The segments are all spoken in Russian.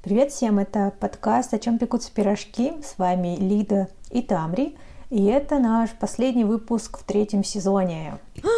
Привет всем, это подкаст «О чем пекутся пирожки». С вами Лида и Тамри. И это наш последний выпуск в 3 сезоне.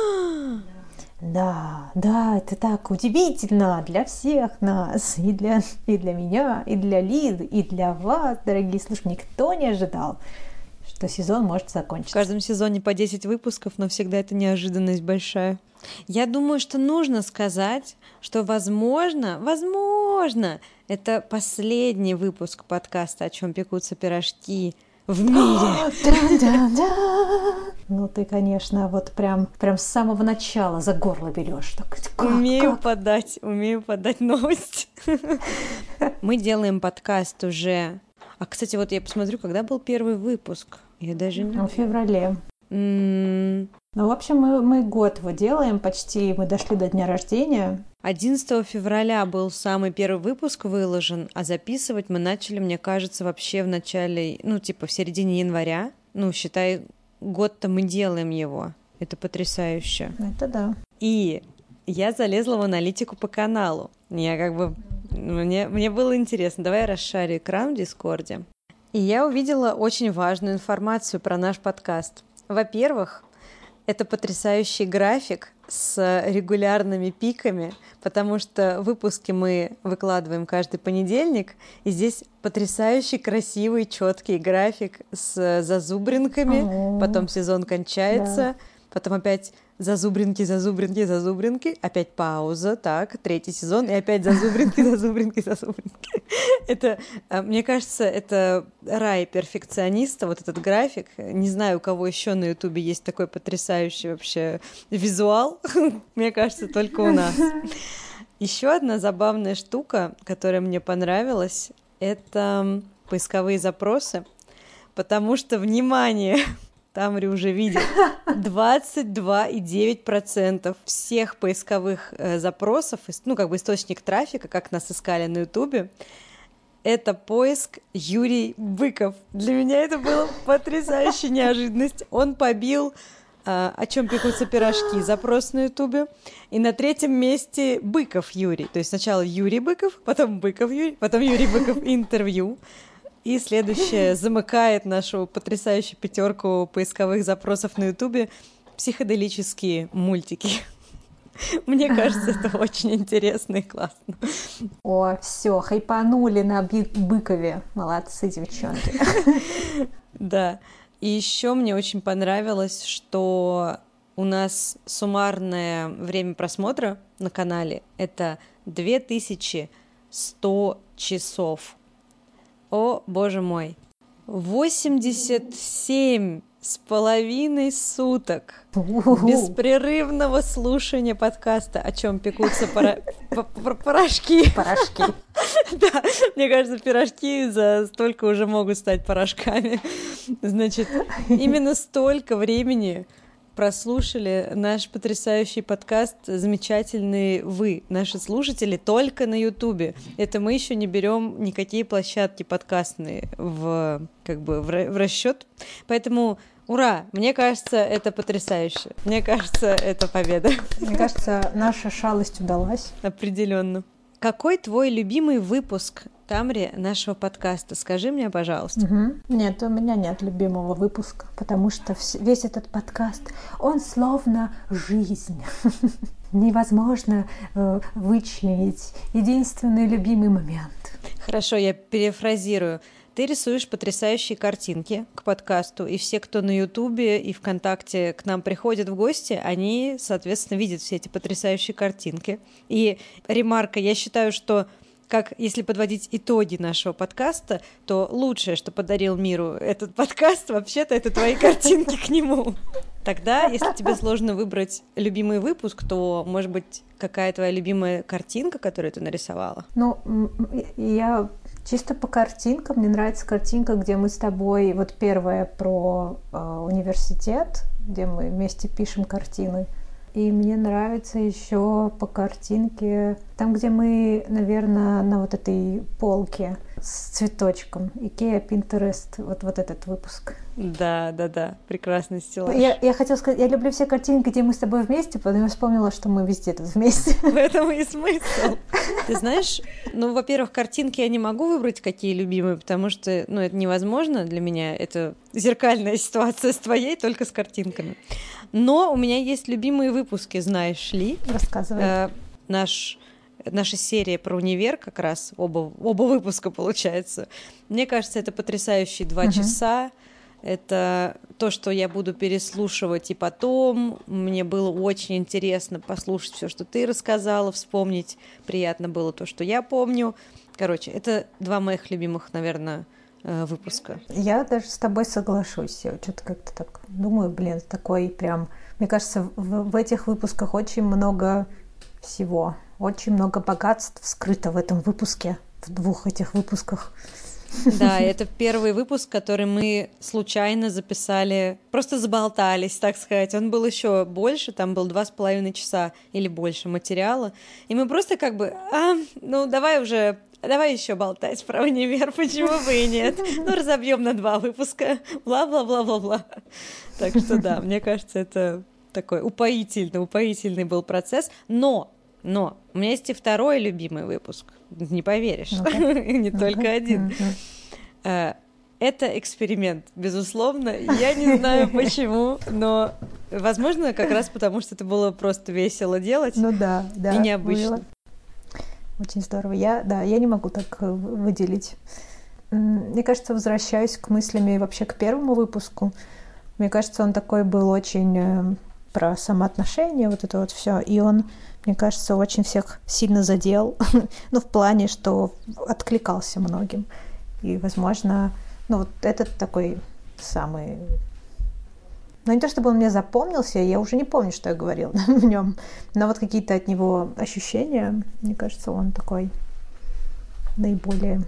Да, это так удивительно для всех нас. И для меня, и для Лиды, и для вас, дорогие слушатели. Никто не ожидал, что сезон может закончиться. В каждом сезоне по 10 выпусков, но всегда это неожиданность большая. Я думаю, что нужно сказать, что возможно, это последний выпуск подкаста «О чем пекутся пирожки» в мире. Ну ты, конечно, вот прям с самого начала за горло берешь. Умею подать новость. Мы делаем подкаст уже. А, кстати, вот я посмотрю, когда был первый выпуск. Я даже не... В феврале. Ну, в общем, мы год его делаем, почти мы дошли до дня рождения. 11 февраля был самый первый выпуск выложен, а записывать мы начали, мне кажется, вообще в начале, в середине января. Считай, год-то мы делаем его. Это потрясающе. Это да. И я залезла в аналитику по каналу. Мне было интересно. Давай я расшарю экран в Дискорде. И я увидела очень важную информацию про наш подкаст. Во-первых, это потрясающий график с регулярными пиками, потому что выпуски мы выкладываем каждый понедельник, и здесь потрясающий, красивый, четкий график с зазубринками, потом сезон кончается, потом опять зазубринки, опять пауза, так, 3 сезон, и опять зазубринки. Это, мне кажется, это рай перфекциониста, вот этот график. Не знаю, у кого еще на Ютубе есть такой потрясающий вообще визуал. Мне кажется, только у нас. Еще одна забавная штука, которая мне понравилась, это поисковые запросы, потому что, внимание, Тамри уже видит, 22,9% всех поисковых запросов, источник трафика, как нас искали на Ютубе, это поиск Юрий Быков. Для меня это была потрясающая неожиданность. Он побил «О чем пекутся пирожки» запрос на Ютубе. И на 3-м месте Быков Юрий. То есть сначала Юрий Быков, потом Быков Юрий, потом Юрий Быков интервью. И следующее замыкает нашу потрясающую 5 поисковых запросов на Ютубе психоделические мультики. Мне кажется, это очень интересно и классно. О, все, хайпанули на Быкове. Молодцы, девчонки. Да. И еще мне очень понравилось, что у нас суммарное время просмотра на канале — это 2100 часов. О, боже мой. 87,5 суток беспрерывного слушания подкаста «О чем пекутся порошки». Порошки. Да, мне кажется, пирожки за столько уже могут стать порошками. Значит, именно столько времени прослушали наш потрясающий подкаст замечательные вы, наши слушатели, только на Ютубе. Это мы еще не берем никакие площадки подкастные в расчет. Поэтому ура! Мне кажется, это потрясающе. Мне кажется, это победа. Мне кажется, наша шалость удалась. Определенно. Какой твой любимый выпуск, Тамри, нашего подкаста? Скажи мне, пожалуйста. Нет, у меня нет любимого выпуска, потому что весь этот подкаст, он словно жизнь. Невозможно вычленить единственный любимый момент. Хорошо, я перефразирую. Ты рисуешь потрясающие картинки к подкасту, и все, кто на Ютубе и ВКонтакте к нам приходят в гости, они, соответственно, видят все эти потрясающие картинки. И ремарка, я считаю, что если подводить итоги нашего подкаста, то лучшее, что подарил миру этот подкаст, вообще-то это твои картинки к нему. Тогда, если тебе сложно выбрать любимый выпуск, то, может быть, какая твоя любимая картинка, которую ты нарисовала? Я чисто по картинкам. Мне нравится картинка, где мы с тобой, вот первая про университет, где мы вместе пишем картины. И мне нравится еще по картинке, там, где мы, наверное, на вот этой полке с цветочком. Икеа, Пинтерест. Вот этот выпуск. Да, прекрасный стеллаж. Я хотела сказать, я люблю все картинки, где мы с тобой вместе, потому что вспомнила, что мы везде тут вместе. В этом и смысл. Ты знаешь, во-первых, картинки я не могу выбрать, какие любимые, потому что, это невозможно для меня. Это зеркальная ситуация с твоей, только с картинками. Но у меня есть любимые выпуски, знаешь ли. Рассказывай. Наша серия про универ как раз, оба выпуска, получается. Мне кажется, это потрясающие 2 часа. Это то, что я буду переслушивать и потом. Мне было очень интересно послушать все, что ты рассказала, вспомнить. Приятно было то, что я помню. Короче, это 2 моих любимых, наверное, выпуска. Я даже с тобой соглашусь. Я что-то как-то так думаю, такой прям... Мне кажется, в этих выпусках очень много всего. Очень много богатств скрыто в этом выпуске, в 2 этих выпусках. Да, это первый выпуск, который мы случайно записали, просто заболтались, так сказать. Он был еще больше, там был 2,5 часа или больше материала. И мы просто давай еще болтать про универ, почему бы и нет. Разобьем на 2 выпуска, бла-бла-бла-бла-бла. Так что да, мне кажется, это такой упоительный был процесс. Но у меня есть и 2-й любимый выпуск. Не поверишь, не только один. Это эксперимент, безусловно. Я не знаю почему, но, возможно, как раз потому, что это было просто весело делать. Да. И необычно. Было. Очень здорово. Я не могу так выделить. Мне кажется, возвращаюсь к мыслями вообще к 1-му выпуску. Мне кажется, он такой был очень про самоотношения, вот это вот все. И он, мне кажется, очень всех сильно задел. В плане, что откликался многим. И, возможно, этот такой самый... не то чтобы он мне запомнился, я уже не помню, что я говорила в нем, но вот какие-то от него ощущения, мне кажется, он такой наиболее...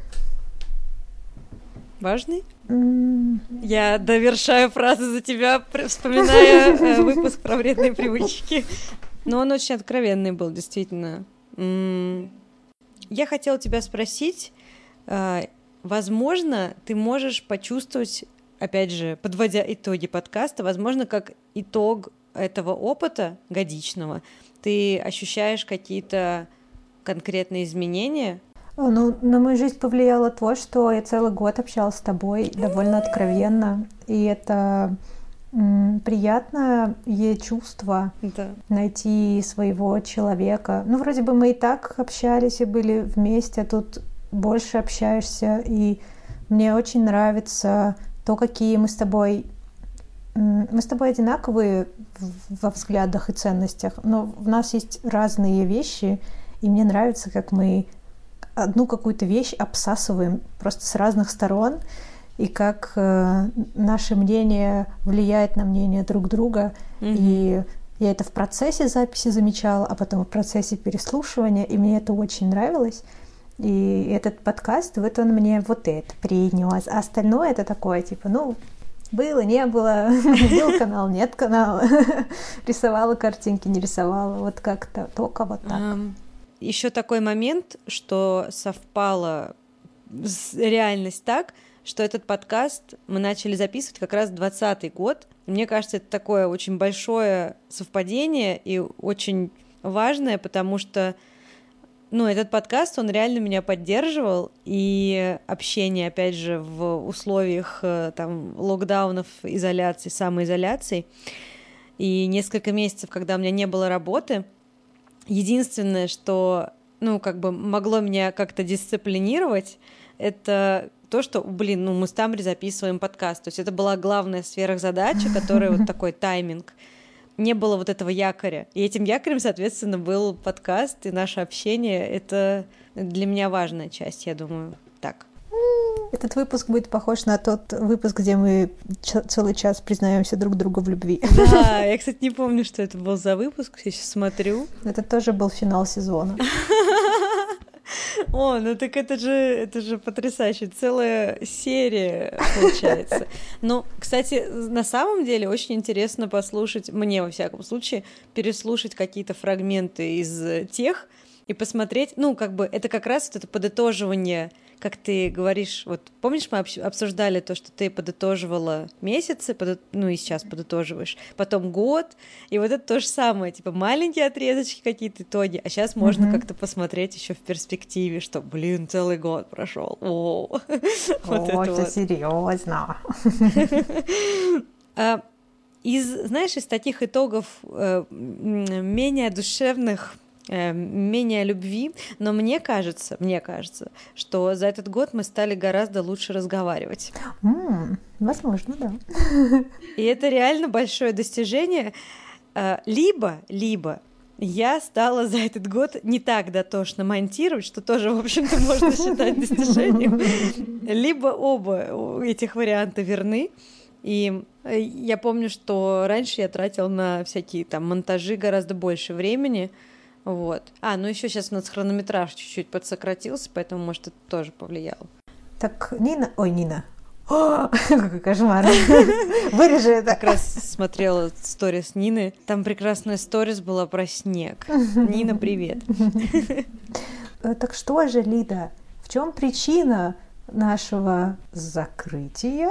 Важный? Я довершаю фразу за тебя, вспоминая выпуск про вредные привычки. Но он очень откровенный был, действительно. Я хотела тебя спросить, возможно, ты можешь почувствовать, опять же, подводя итоги подкаста, возможно, как итог этого опыта годичного, ты ощущаешь какие-то конкретные изменения? На мою жизнь повлияло то, что я целый год общалась с тобой довольно откровенно, и это приятное чувство найти своего человека. Вроде бы мы и так общались и были вместе, а тут больше общаешься, и мне очень нравится то, какие мы с тобой одинаковые во взглядах и ценностях, но в нас есть разные вещи, и мне нравится, как мы одну какую-то вещь обсасываем просто с разных сторон, и как наше мнение влияет на мнение друг друга. И я это в процессе записи замечала, а потом в процессе переслушивания, и мне это очень нравилось. И этот подкаст, вот он мне вот это принес. А остальное это такое, типа, было, не было, был канал, нет канала, рисовала картинки, не рисовала, вот как-то, только вот так. Еще такой момент, что совпала реальность так, что этот подкаст мы начали записывать как раз 2020 год. Мне кажется, это такое очень большое совпадение и очень важное, потому что этот подкаст, он реально меня поддерживал, и общение, опять же, в условиях локдаунов, изоляции, самоизоляции, и несколько месяцев, когда у меня не было работы, единственное, что, могло меня как-то дисциплинировать, это то, что, мы с Тамри записываем подкаст. То есть это была главная сверхзадача, которая вот такой тайминг. Не было вот этого якоря. И этим якорем, соответственно, был подкаст, и наше общение. Это для меня важная часть, я думаю. Так. Этот выпуск будет похож на тот выпуск, где мы целый час признаемся друг другу в любви. Да, я, кстати, не помню, что это был за выпуск, я сейчас смотрю. Это тоже был финал сезона. О, так это же потрясающе, целая серия получается. Но, кстати, на самом деле очень интересно послушать, мне во всяком случае, переслушать какие-то фрагменты из тех и посмотреть, это как раз вот это подытоживание как ты говоришь, вот помнишь, мы обсуждали то, что ты подытоживала месяцы, ну и сейчас подытоживаешь, потом год, и вот это то же самое, типа маленькие отрезочки, какие-то итоги, а сейчас можно как-то посмотреть еще в перспективе, что, блин, целый год прошел. О, это серьезно. Знаешь, из таких итогов менее душевных, менее любви, но мне кажется, что за этот год мы стали гораздо лучше разговаривать. Возможно, да. И это реально большое достижение. Либо я стала за этот год не так дотошно монтировать, что тоже, в общем-то, можно считать достижением. Либо оба этих варианта верны. И я помню, что раньше я тратила на всякие там монтажи гораздо больше времени. Вот. Ну еще сейчас у нас хронометраж чуть-чуть подсократился, поэтому, может, это тоже повлияло. Так, Нина... Какой кошмар. Вырежи это. Как раз смотрела сторис Нины. Там прекрасная сторис была про снег. Нина, привет. Так что же, Лида, в чем причина нашего закрытия?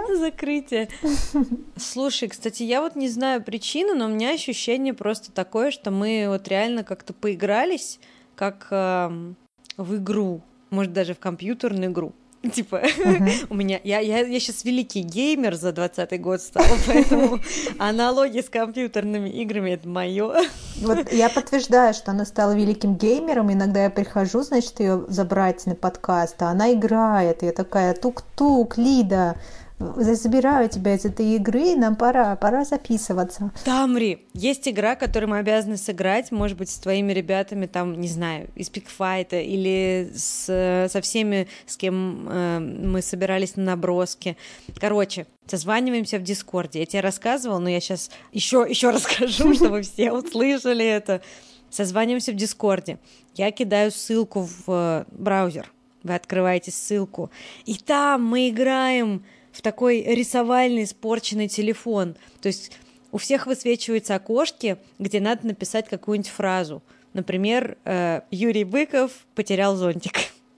Слушай, кстати, я вот не знаю причину, но у меня ощущение просто такое, что мы вот реально как-то поигрались, как в игру, может, даже в компьютерную игру. Типа, у меня... Я сейчас великий геймер за 20-й год стала, поэтому аналогии с компьютерными играми — это моё. Вот я подтверждаю, что она стала великим геймером. Иногда я прихожу, значит, ее забрать на подкаст, а она играет. И я такая: тук-тук, Лида, забираю тебя из этой игры, нам пора записываться. Тамри, есть игра, которую мы обязаны сыграть, может быть, с твоими ребятами, там, не знаю, из Пикфайта или со всеми, с кем мы собирались на наброски. Короче, созваниваемся в Дискорде. Я тебе рассказывала, но я сейчас еще расскажу, чтобы все услышали это. Созваниваемся в Дискорде. Я кидаю ссылку в браузер. Вы открываете ссылку. И там мы играем в такой рисовальный испорченный телефон. То есть у всех высвечиваются окошки, где надо написать какую-нибудь фразу. Например, Юрий Быков потерял зонтик.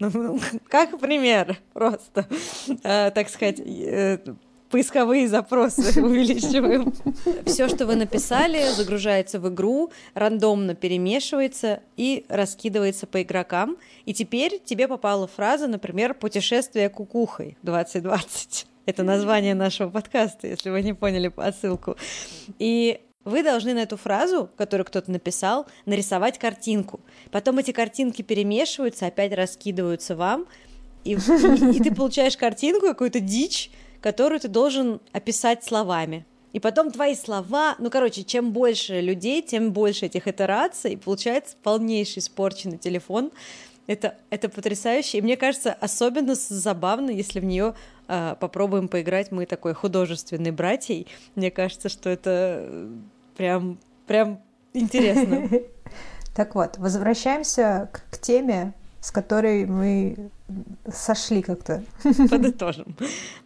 Как пример просто. Так сказать, поисковые запросы увеличиваем. Все, что вы написали, загружается в игру, рандомно перемешивается и раскидывается по игрокам. И теперь тебе попала фраза, например, «Путешествие кукухой 2020». Это название нашего подкаста, если вы не поняли отсылку. И вы должны на эту фразу, которую кто-то написал, нарисовать картинку. Потом эти картинки перемешиваются, опять раскидываются вам, и ты получаешь картинку, какую-то дичь, которую ты должен описать словами. И потом твои слова... чем больше людей, тем больше этих итераций, и получается полнейший испорченный телефон. Это потрясающе, и мне кажется, особенно забавно, если в нее попробуем поиграть мы такой художественной братьей. Мне кажется, что это прям интересно. Так вот, возвращаемся к теме, с которой мы сошли как-то. Подытожим.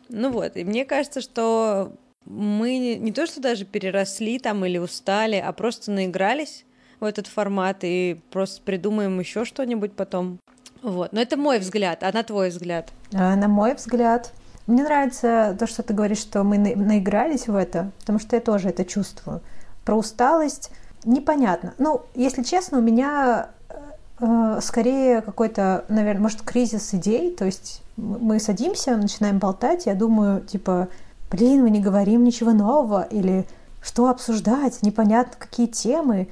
И мне кажется, что мы не то, что даже переросли там или устали, а просто наигрались в этот формат и просто придумаем еще что-нибудь потом. Но это мой взгляд, а на твой взгляд? На мой взгляд, мне нравится то, что ты говоришь, что мы наигрались в это, потому что я тоже это чувствую. Про усталость непонятно. Если честно, у меня скорее какой-то, наверное, может, кризис идей. То есть мы садимся, начинаем болтать, я думаю, типа, мы не говорим ничего нового, или что обсуждать, непонятно, какие темы.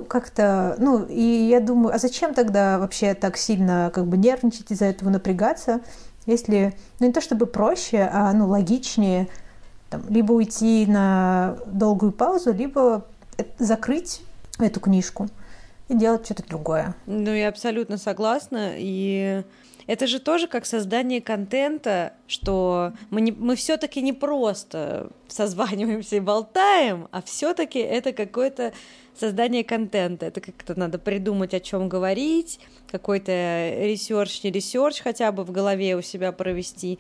И я думаю, а зачем тогда вообще так сильно нервничать из-за этого, напрягаться, если, не то чтобы проще, а логичнее либо уйти на долгую паузу, либо закрыть эту книжку и делать что-то другое. Я абсолютно согласна, и это же тоже как создание контента, что мы все-таки не просто созваниваемся и болтаем, а все-таки это какое-то создание контента. Это как-то надо придумать, о чем говорить, какой-то ресерч, не ресерч хотя бы в голове у себя провести.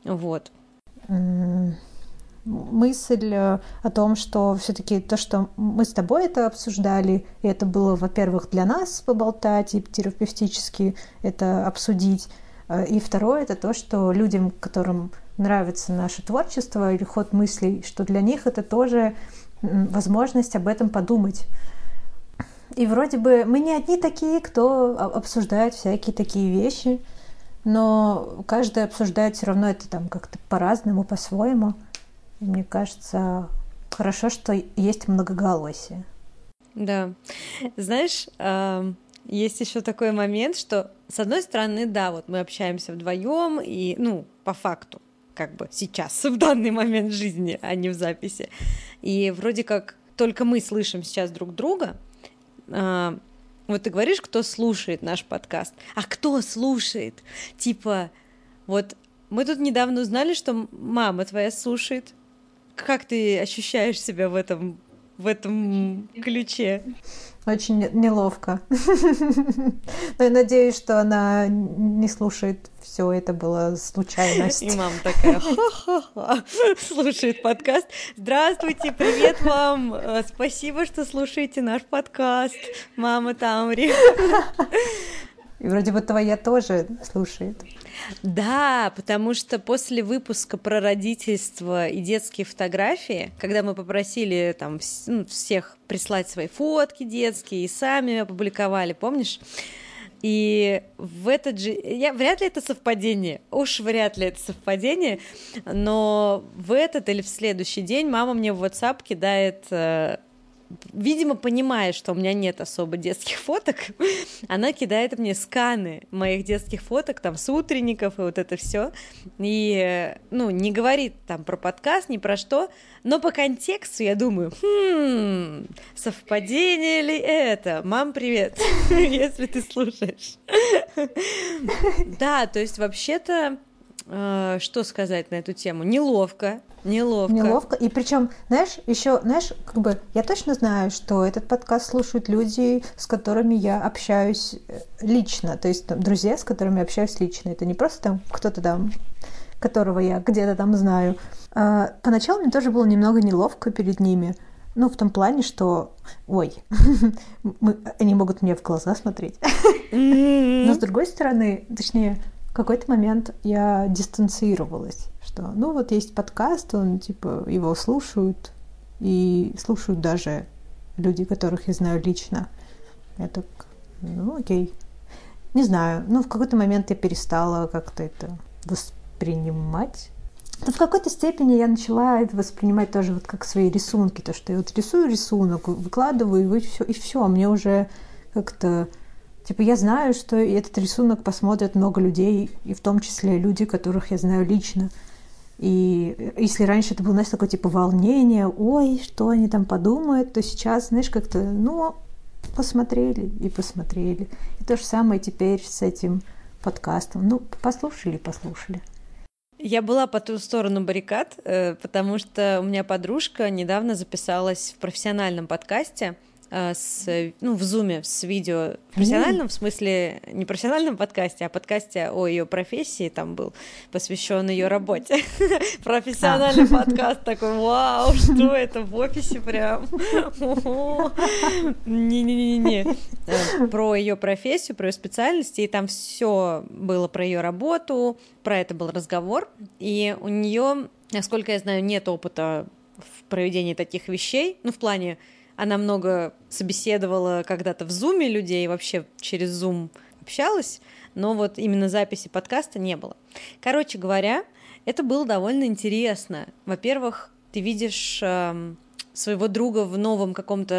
Мысль о том, что все-таки то, что мы с тобой это обсуждали, и это было, во-первых, для нас поболтать и терапевтически это обсудить, И второе — это то, что людям, которым нравится наше творчество или ход мыслей, что для них это тоже возможность об этом подумать. И вроде бы мы не одни такие, кто обсуждает всякие такие вещи, но каждый обсуждает все равно это там как-то по-разному, по-своему. И мне кажется, хорошо, что есть многоголосие. Да. Знаешь, есть еще такой момент, что, с одной стороны, да, вот мы общаемся вдвоем, и, ну, по факту, как бы сейчас, в данный момент жизни, а не в записи. И вроде как только мы слышим сейчас друг друга. Вот ты говоришь, кто слушает наш подкаст. А кто слушает? Типа, вот мы тут недавно узнали, что мама твоя слушает. Как ты ощущаешь себя в этом ключе? Очень неловко. Но я надеюсь, что она не слушает все, это была случайность. И мама такая, ха-ха-ха, слушает подкаст. Здравствуйте, привет вам, спасибо, что слушаете наш подкаст, мама Тамри. И вроде бы твоя тоже слушает. Да, потому что после выпуска про родительство и детские фотографии, когда мы попросили там всех прислать свои фотки детские и сами опубликовали, помнишь? И в этот же... Вряд ли это совпадение, но в этот или в следующий день мама мне в WhatsApp кидает... Видимо, понимая, что у меня нет особо детских фоток, она кидает мне сканы моих детских фоток, там, с утренников и вот это все. И, ну, не говорит там про подкаст, ни про что, но по контексту я думаю, совпадение ли это? Мам, привет, если ты слушаешь. Да, то есть вообще-то, что сказать на эту тему? Неловко. И причем, знаешь, как бы я точно знаю, что этот подкаст слушают люди, с которыми я общаюсь лично, то есть там, друзья, с которыми я общаюсь лично. Это не просто там кто-то там, которого я где-то там знаю. Поначалу мне тоже было немного неловко перед ними. Ну, в том плане, что, они могут мне в глаза смотреть. Но с другой стороны, точнее, в какой-то момент я дистанцировалась, что, ну, вот есть подкаст, он, типа, его слушают, и слушают даже люди, которых я знаю лично. Я так, ну, окей. Не знаю, ну, в какой-то момент я перестала как-то это воспринимать. Но в какой-то степени я начала это воспринимать тоже вот как свои рисунки, то, что я вот рисую рисунок, выкладываю, и все, а мне уже как-то... Типа, я знаю, что этот рисунок посмотрят много людей, и в том числе люди, которых я знаю лично. И если раньше это было, знаешь, такое, типа, волнение, ой, что они там подумают, то сейчас, знаешь, как-то, ну, посмотрели. И то же самое теперь с этим подкастом. Ну, послушали. Я была по ту сторону баррикад, потому что у меня подружка недавно записалась в профессиональном подкасте, в Zoom с видео в профессиональном, в смысле, не профессиональном подкасте, а подкасте о ее профессии, там был посвящен ее работе. Профессиональный подкаст такой, вау, что это, в офисе прям. Не-не-не-не. Про ее профессию, про ее специальности, и там все было про ее работу, про это был разговор, и у нее, насколько я знаю, нет опыта в проведении таких вещей, ну, в плане она много собеседовала когда-то в Zoom людей, вообще через Zoom общалась, но вот именно записи подкаста не было. Короче говоря, это было довольно интересно. Во-первых, ты видишь своего друга в новой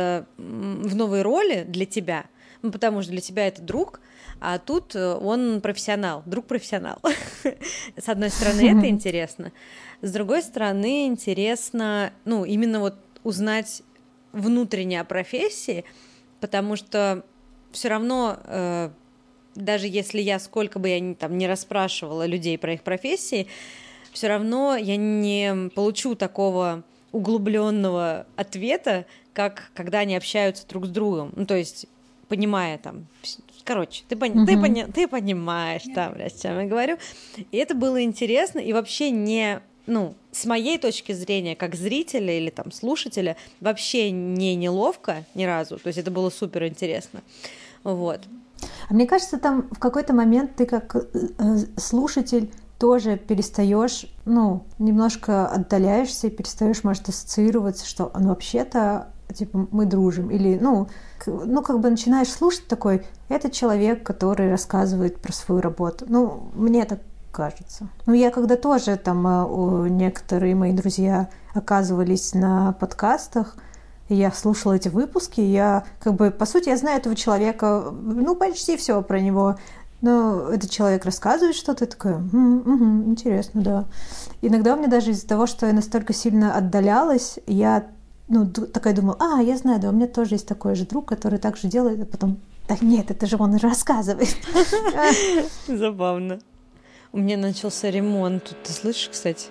роли для тебя, ну, потому что для тебя это друг, а тут он профессионал, друг-профессионал. С одной стороны, это интересно. С другой стороны, интересно, ну, именно вот узнать внутренне о профессии, потому что все равно, даже если я сколько бы я там не расспрашивала людей про их профессии, все равно я не получу такого углубленного ответа, как когда они общаются друг с другом. Ну, то есть, понимая там, короче, ты понимаешь, там, о чем я говорю. И это было интересно, и вообще не... Ну, с моей точки зрения, как зрителя или там слушателя, вообще не неловко ни разу. То есть это было супер интересно. Вот. А мне кажется, там в какой-то момент ты как слушатель тоже перестаешь, немножко отдаляешься и перестаешь, может, ассоциироваться, что вообще-то, типа, мы дружим. Или, как бы начинаешь слушать такой, это человек, который рассказывает про свою работу. Мне так кажется. Я когда тоже некоторые мои друзья оказывались на подкастах, и я слушала эти выпуски, я по сути, я знаю этого человека, почти все про него. Но этот человек рассказывает что-то, и такая, интересно, да. Иногда у меня даже из-за того, что я настолько сильно отдалялась, я такая думала, я знаю, да, у меня тоже есть такой же друг, который так же делает, а потом, да нет, это же он и рассказывает. Забавно. У меня начался ремонт тут, ты слышишь, кстати?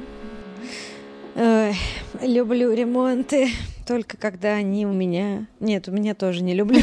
Люблю ремонты, только когда они у меня... Нет, у меня тоже не люблю.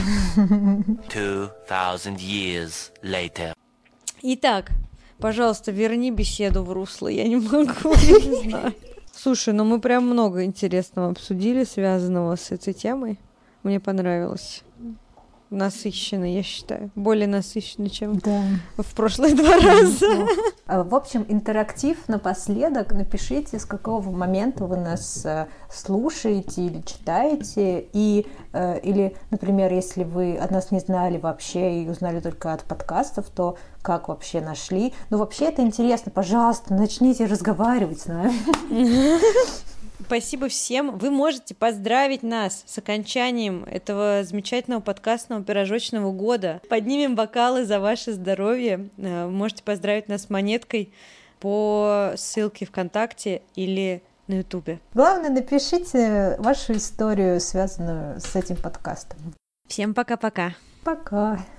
2000 years later. Итак, пожалуйста, верни беседу в русло, я не могу, не знаю. Слушай, мы прям много интересного обсудили, связанного с этой темой. Мне понравилось. Насыщенно, я считаю. Более насыщенно, чем в прошлые 2 раза. В общем, интерактив напоследок. Напишите, с какого момента вы нас слушаете или читаете. Или, например, если вы от нас не знали вообще и узнали только от подкастов, то как вообще нашли. Вообще это интересно. Пожалуйста, начните разговаривать с нами. Спасибо всем. Вы можете поздравить нас с окончанием этого замечательного подкастного пирожочного года. Поднимем бокалы за ваше здоровье. Можете поздравить нас монеткой по ссылке ВКонтакте или на Ютубе. Главное, напишите вашу историю, связанную с этим подкастом. Всем пока-пока. Пока.